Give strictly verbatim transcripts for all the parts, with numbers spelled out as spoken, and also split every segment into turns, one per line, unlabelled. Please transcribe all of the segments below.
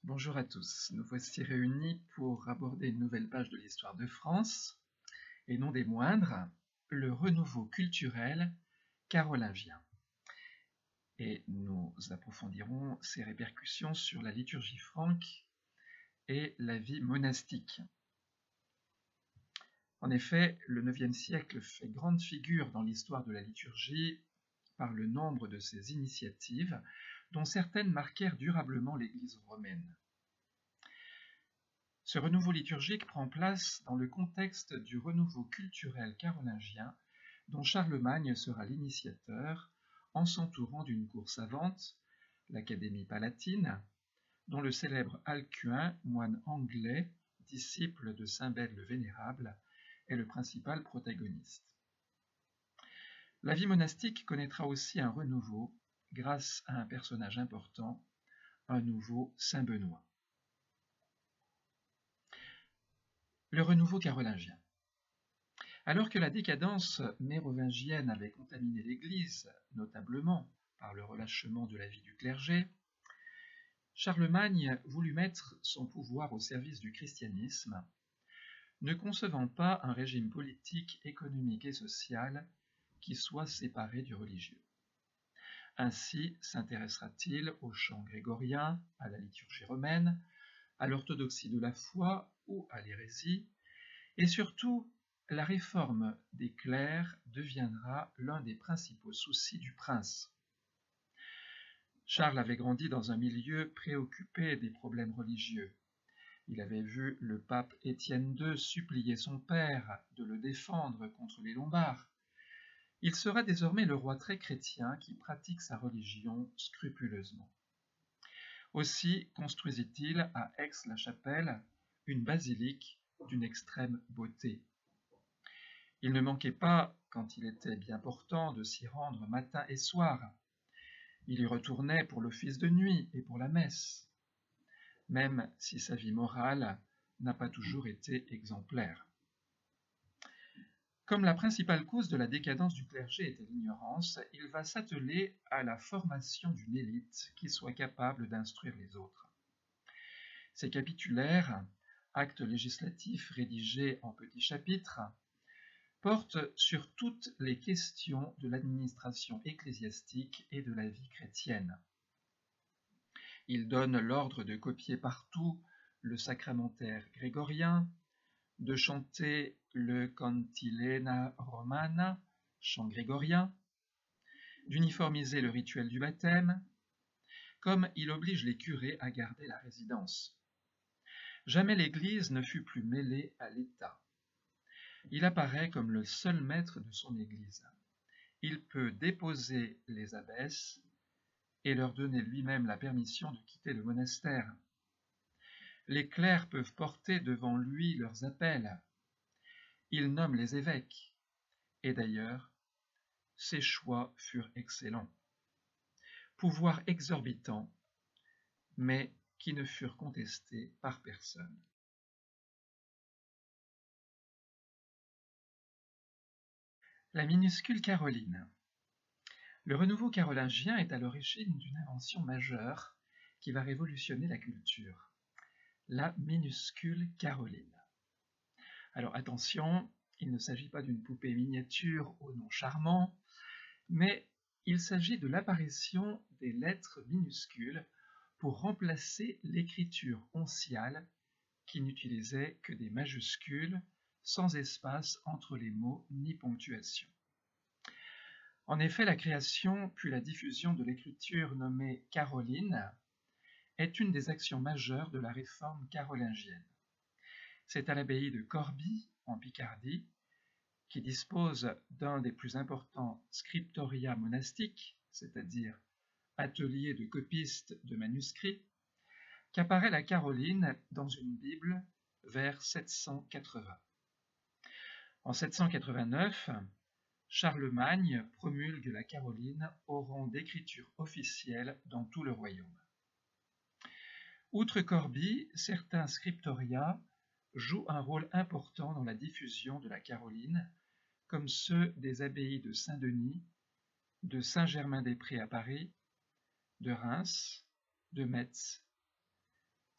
Bonjour à tous, nous voici réunis pour aborder une nouvelle page de l'histoire de France, et non des moindres, le renouveau culturel carolingien. Et nous approfondirons ses répercussions sur la liturgie franque et la vie monastique. En effet, le neuvième siècle fait grande figure dans l'histoire de la liturgie par le nombre de ses initiatives, dont certaines marquèrent durablement l'Église romaine. Ce renouveau liturgique prend place dans le contexte du renouveau culturel carolingien dont Charlemagne sera l'initiateur en s'entourant d'une cour savante, l'Académie palatine, dont le célèbre Alcuin, moine anglais, disciple de saint Bède le Vénérable, est le principal protagoniste. La vie monastique connaîtra aussi un renouveau grâce à un personnage important, un nouveau saint Benoît. Le renouveau carolingien. Alors que la décadence mérovingienne avait contaminé l'Église, notablement par le relâchement de la vie du clergé, Charlemagne voulut mettre son pouvoir au service du christianisme, ne concevant pas un régime politique, économique et social qui soit séparé du religieux. Ainsi s'intéressera-t-il au chant grégorien, à la liturgie romaine, à l'orthodoxie de la foi ou à l'hérésie, et surtout, la réforme des clercs deviendra l'un des principaux soucis du prince. Charles avait grandi dans un milieu préoccupé des problèmes religieux. Il avait vu le pape Étienne deux supplier son père de le défendre contre les Lombards. Il sera désormais le roi très chrétien qui pratique sa religion scrupuleusement. Aussi construisit-il à Aix-la-Chapelle une basilique d'une extrême beauté. Il ne manquait pas, quand il était bien portant, de s'y rendre matin et soir. Il y retournait pour l'office de nuit et pour la messe, même si sa vie morale n'a pas toujours été exemplaire. Comme la principale cause de la décadence du clergé était l'ignorance, il va s'atteler à la formation d'une élite qui soit capable d'instruire les autres. Ces capitulaires, actes législatifs rédigés en petits chapitres, porte sur toutes les questions de l'administration ecclésiastique et de la vie chrétienne. Il donne l'ordre de copier partout le sacramentaire grégorien, de chanter le Cantilena Romana, chant grégorien, d'uniformiser le rituel du baptême, comme il oblige les curés à garder la résidence. Jamais l'Église ne fut plus mêlée à l'État. Il apparaît comme le seul maître de son Église. Il peut déposer les abbesses et leur donner lui-même la permission de quitter le monastère. Les clercs peuvent porter devant lui leurs appels. Il nomme les évêques. Et d'ailleurs, ses choix furent excellents. Pouvoir exorbitant, mais qui ne furent contestés par personne. La minuscule Caroline. Le renouveau carolingien est à l'origine d'une invention majeure qui va révolutionner la culture, la minuscule Caroline. Alors attention, il ne s'agit pas d'une poupée miniature au nom charmant, mais il s'agit de l'apparition des lettres minuscules pour remplacer l'écriture onciale qui n'utilisait que des majuscules sans espace entre les mots ni ponctuation. En effet, la création puis la diffusion de l'écriture nommée caroline est une des actions majeures de la réforme carolingienne. C'est à l'abbaye de Corbie, en Picardie, qui dispose d'un des plus importants scriptoria monastiques, c'est-à-dire ateliers de copistes de manuscrits, qu'apparaît la Caroline dans une Bible vers sept cent quatre-vingts. En sept cent quatre-vingt-neuf, Charlemagne promulgue la Caroline au rang d'écriture officielle dans tout le royaume. Outre Corbie, certains scriptoria jouent un rôle important dans la diffusion de la Caroline, comme ceux des abbayes de Saint-Denis, de Saint-Germain-des-Prés à Paris, de Reims, de Metz.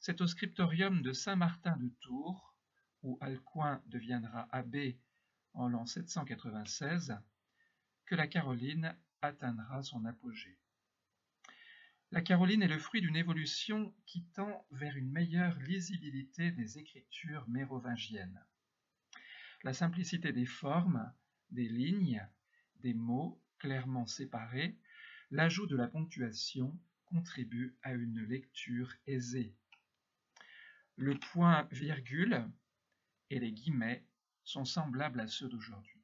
C'est au scriptorium de Saint-Martin de Tours, où Alcuin deviendra abbé en l'an sept cent quatre-vingt-seize, que la Caroline atteindra son apogée. La Caroline est le fruit d'une évolution qui tend vers une meilleure lisibilité des écritures mérovingiennes. La simplicité des formes, des lignes, des mots clairement séparés, l'ajout de la ponctuation contribue à une lecture aisée. Le point-virgule et les guillemets sont semblables à ceux d'aujourd'hui.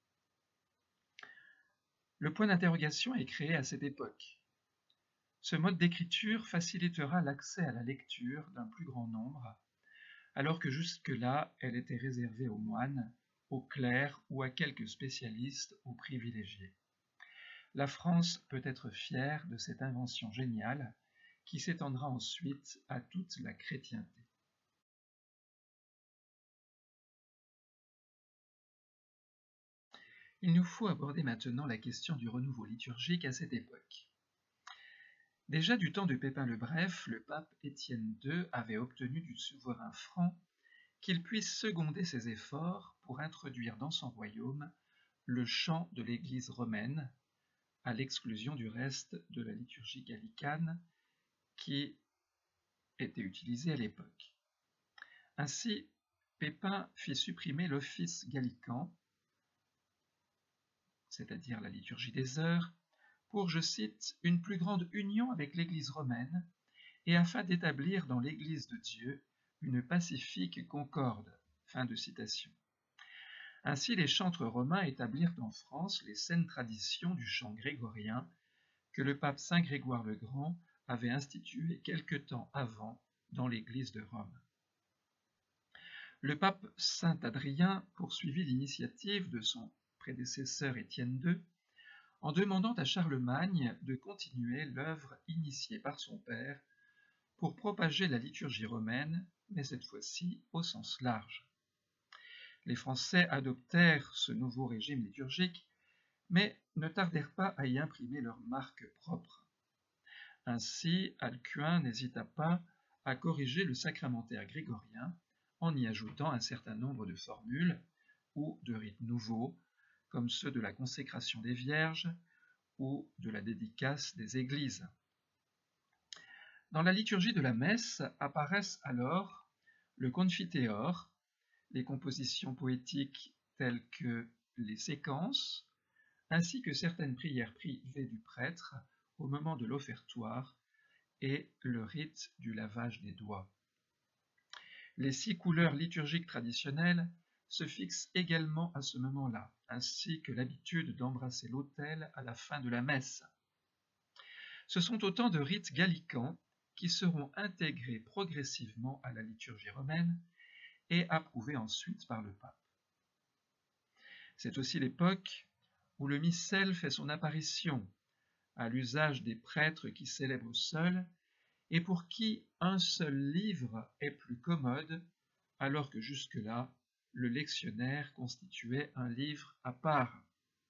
Le point d'interrogation est créé à cette époque. Ce mode d'écriture facilitera l'accès à la lecture d'un plus grand nombre, alors que jusque-là, elle était réservée aux moines, aux clercs ou à quelques spécialistes ou privilégiés. La France peut être fière de cette invention géniale qui s'étendra ensuite à toute la chrétienté. Il nous faut aborder maintenant la question du renouveau liturgique à cette époque. Déjà du temps de Pépin le Bref, le pape Étienne deux avait obtenu du souverain franc qu'il puisse seconder ses efforts pour introduire dans son royaume le chant de l'Église romaine, à l'exclusion du reste de la liturgie gallicane qui était utilisée à l'époque. Ainsi, Pépin fit supprimer l'office gallican, c'est-à-dire la liturgie des heures, pour, je cite, une plus grande union avec l'Église romaine et afin d'établir dans l'Église de Dieu une pacifique concorde. Fin de citation. Ainsi, les chantres romains établirent en France les saines traditions du chant grégorien que le pape Saint Grégoire le Grand avait institué quelque temps avant dans l'Église de Rome. Le pape Saint Adrien poursuivit l'initiative de son prédécesseur Étienne deux en demandant à Charlemagne de continuer l'œuvre initiée par son père pour propager la liturgie romaine, mais cette fois-ci au sens large. Les Français adoptèrent ce nouveau régime liturgique, mais ne tardèrent pas à y imprimer leur marque propre. Ainsi, Alcuin n'hésita pas à corriger le sacramentaire grégorien en y ajoutant un certain nombre de formules ou de rites nouveaux, comme ceux de la consécration des vierges ou de la dédicace des églises. Dans la liturgie de la messe apparaissent alors le confiteor, les compositions poétiques telles que les séquences, ainsi que certaines prières privées du prêtre au moment de l'offertoire et le rite du lavage des doigts. Les six couleurs liturgiques traditionnelles se fixent également à ce moment-là, ainsi que l'habitude d'embrasser l'autel à la fin de la messe. Ce sont autant de rites gallicans qui seront intégrés progressivement à la liturgie romaine et approuvés ensuite par le pape. C'est aussi l'époque où le missel fait son apparition, à l'usage des prêtres qui célèbrent seuls et pour qui un seul livre est plus commode, alors que jusque-là, le lectionnaire constituait un livre à part.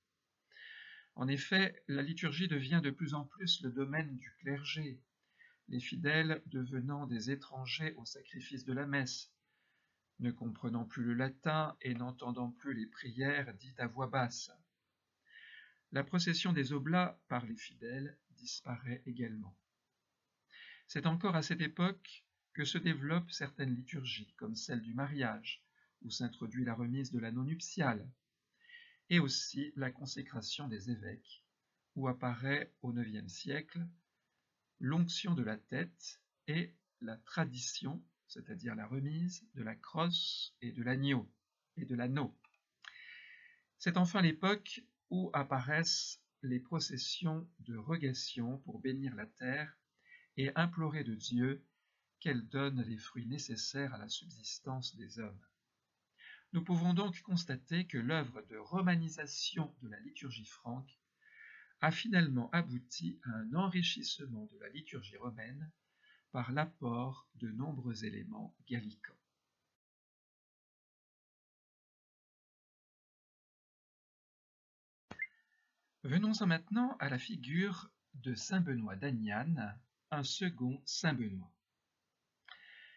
En effet, la liturgie devient de plus en plus le domaine du clergé, les fidèles devenant des étrangers au sacrifice de la messe, ne comprenant plus le latin et n'entendant plus les prières dites à voix basse. La procession des oblats par les fidèles disparaît également. C'est encore à cette époque que se développent certaines liturgies, comme celle du mariage, où s'introduit la remise de l'anneau nuptial, et aussi la consécration des évêques, où apparaît au neuvième siècle l'onction de la tête et la tradition, c'est-à-dire la remise de la crosse et de l'agneau et de l'anneau. C'est enfin l'époque où apparaissent les processions de rogation pour bénir la terre et implorer de Dieu qu'elle donne les fruits nécessaires à la subsistance des hommes. Nous pouvons donc constater que l'œuvre de romanisation de la liturgie franque a finalement abouti à un enrichissement de la liturgie romaine par l'apport de nombreux éléments gallicans. Venons-en maintenant à la figure de saint Benoît d'Aniane, un second saint Benoît.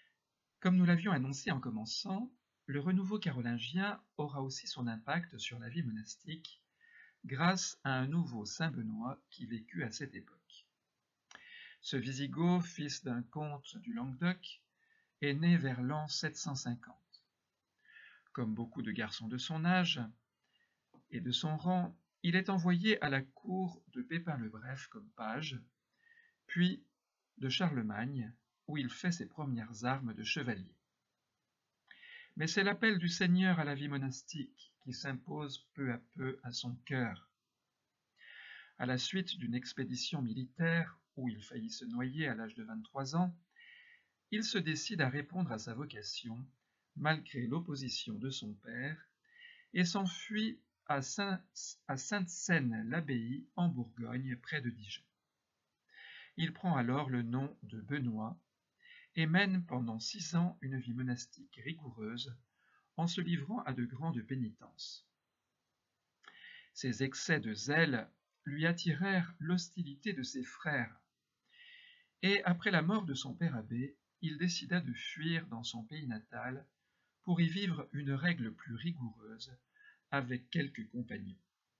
Comme nous l'avions annoncé en commençant, le renouveau carolingien aura aussi son impact sur la vie monastique grâce à un nouveau saint Benoît qui vécut à cette époque. Ce Wisigoth, fils d'un comte du Languedoc, est né vers l'an sept cent cinquante. Comme beaucoup de garçons de son âge et de son rang, il est envoyé à la cour de Pépin le Bref comme page, puis de Charlemagne, où il fait ses premières armes de chevalier. Mais c'est l'appel du Seigneur à la vie monastique qui s'impose peu à peu à son cœur. À la suite d'une expédition militaire où il faillit se noyer à l'âge de vingt-trois ans, il se décide à répondre à sa vocation, malgré l'opposition de son père, et s'enfuit à, Saint, à Sainte-Seine-l'Abbaye en Bourgogne, près de Dijon. Il prend alors le nom de Benoît et mène pendant six ans une vie monastique rigoureuse en se livrant à de grandes pénitences. Ses excès de zèle lui attirèrent l'hostilité de ses frères, et après la mort de son père abbé, il décida de fuir dans son pays natal pour y vivre une règle plus rigoureuse avec quelques compagnons.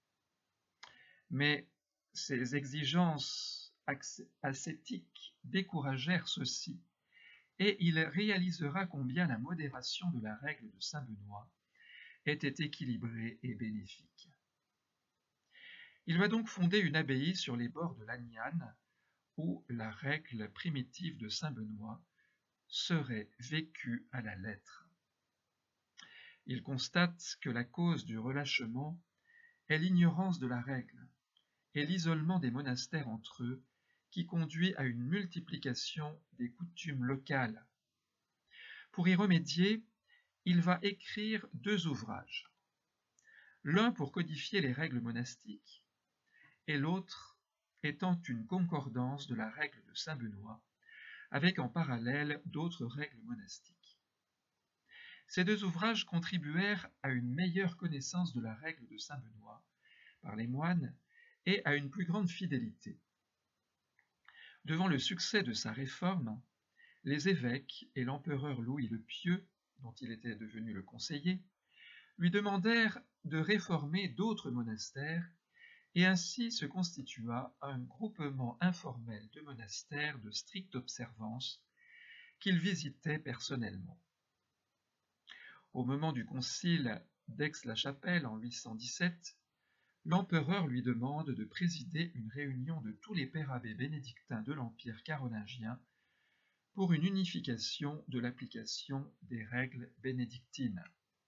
Mais ces exigences ascétiques découragèrent ceux-ci, et il réalisera combien la modération de la règle de saint Benoît était équilibrée et bénéfique. Il va donc fonder une abbaye sur les bords de l'Agnan, où la règle primitive de saint Benoît serait vécue à la lettre. Il constate que la cause du relâchement est l'ignorance de la règle et l'isolement des monastères entre eux qui conduit à une multiplication des coutumes locales. Pour y remédier, il va écrire deux ouvrages, l'un pour codifier les règles monastiques et l'autre étant une concordance de la règle de saint Benoît avec en parallèle d'autres règles monastiques. Ces deux ouvrages contribuèrent à une meilleure connaissance de la règle de saint Benoît par les moines et à une plus grande fidélité. Devant le succès de sa réforme, les évêques et l'empereur Louis le Pieux, dont il était devenu le conseiller, lui demandèrent de réformer d'autres monastères, et ainsi se constitua un groupement informel de monastères de stricte observance qu'il visitait personnellement. Au moment du concile d'Aix-la-Chapelle en huit cent dix-sept, l'empereur lui demande de présider une réunion de tous les pères abbés bénédictins de l'Empire carolingien pour une unification de l'application des règles bénédictines.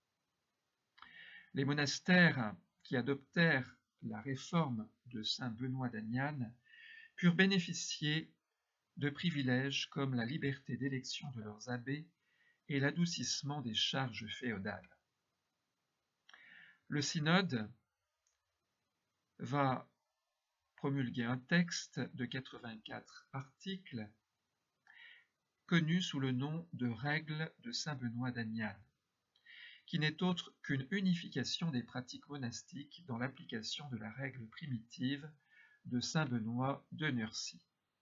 Les monastères qui adoptèrent la réforme de saint Benoît d'Agnan purent bénéficier de privilèges comme la liberté d'élection de leurs abbés et l'adoucissement des charges féodales. Le synode va promulguer un texte de quatre-vingt-quatre articles connu sous le nom de Règles de saint Benoît d'Agnan, qui n'est autre qu'une unification des pratiques monastiques dans l'application de la règle primitive de saint Benoît de Nursie.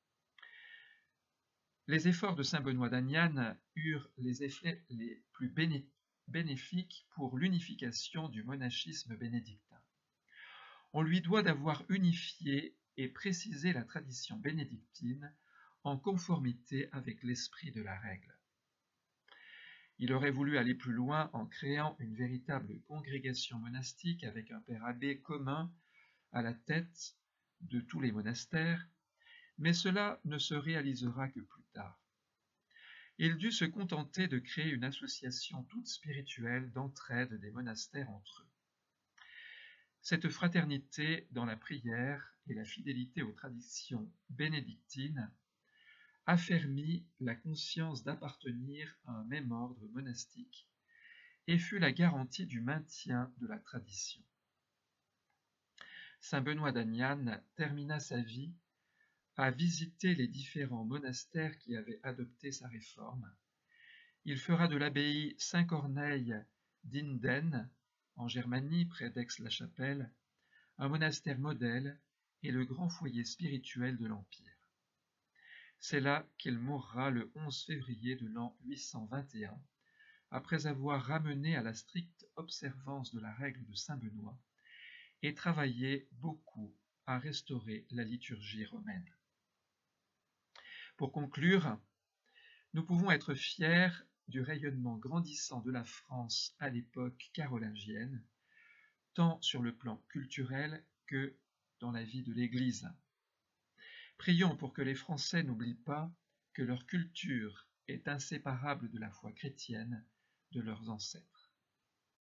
Les efforts de saint Benoît d'Agnan eurent les effets les plus béné bénéfiques pour l'unification du monachisme bénédictin. On lui doit d'avoir unifié et précisé la tradition bénédictine en conformité avec l'esprit de la règle. Il aurait voulu aller plus loin en créant une véritable congrégation monastique avec un père abbé commun à la tête de tous les monastères, mais cela ne se réalisera que plus tard. Il dut se contenter de créer une association toute spirituelle d'entraide des monastères entre eux. Cette fraternité dans la prière et la fidélité aux traditions bénédictines affermit la conscience d'appartenir à un même ordre monastique et fut la garantie du maintien de la tradition. Saint Benoît d'Agnan termina sa vie à visiter les différents monastères qui avaient adopté sa réforme. Il fera de l'abbaye Saint-Corneille d'Inden, en Germanie, près d'Aix-la-Chapelle, un monastère modèle et le grand foyer spirituel de l'Empire. C'est là qu'il mourra le onze février de l'an huit cent vingt et un, après avoir ramené à la stricte observance de la règle de saint Benoît et travaillé beaucoup à restaurer la liturgie romaine. Pour conclure, nous pouvons être fiers du rayonnement grandissant de la France à l'époque carolingienne, tant sur le plan culturel que dans la vie de l'Église. Prions pour que les Français n'oublient pas que leur culture est inséparable de la foi chrétienne de leurs ancêtres.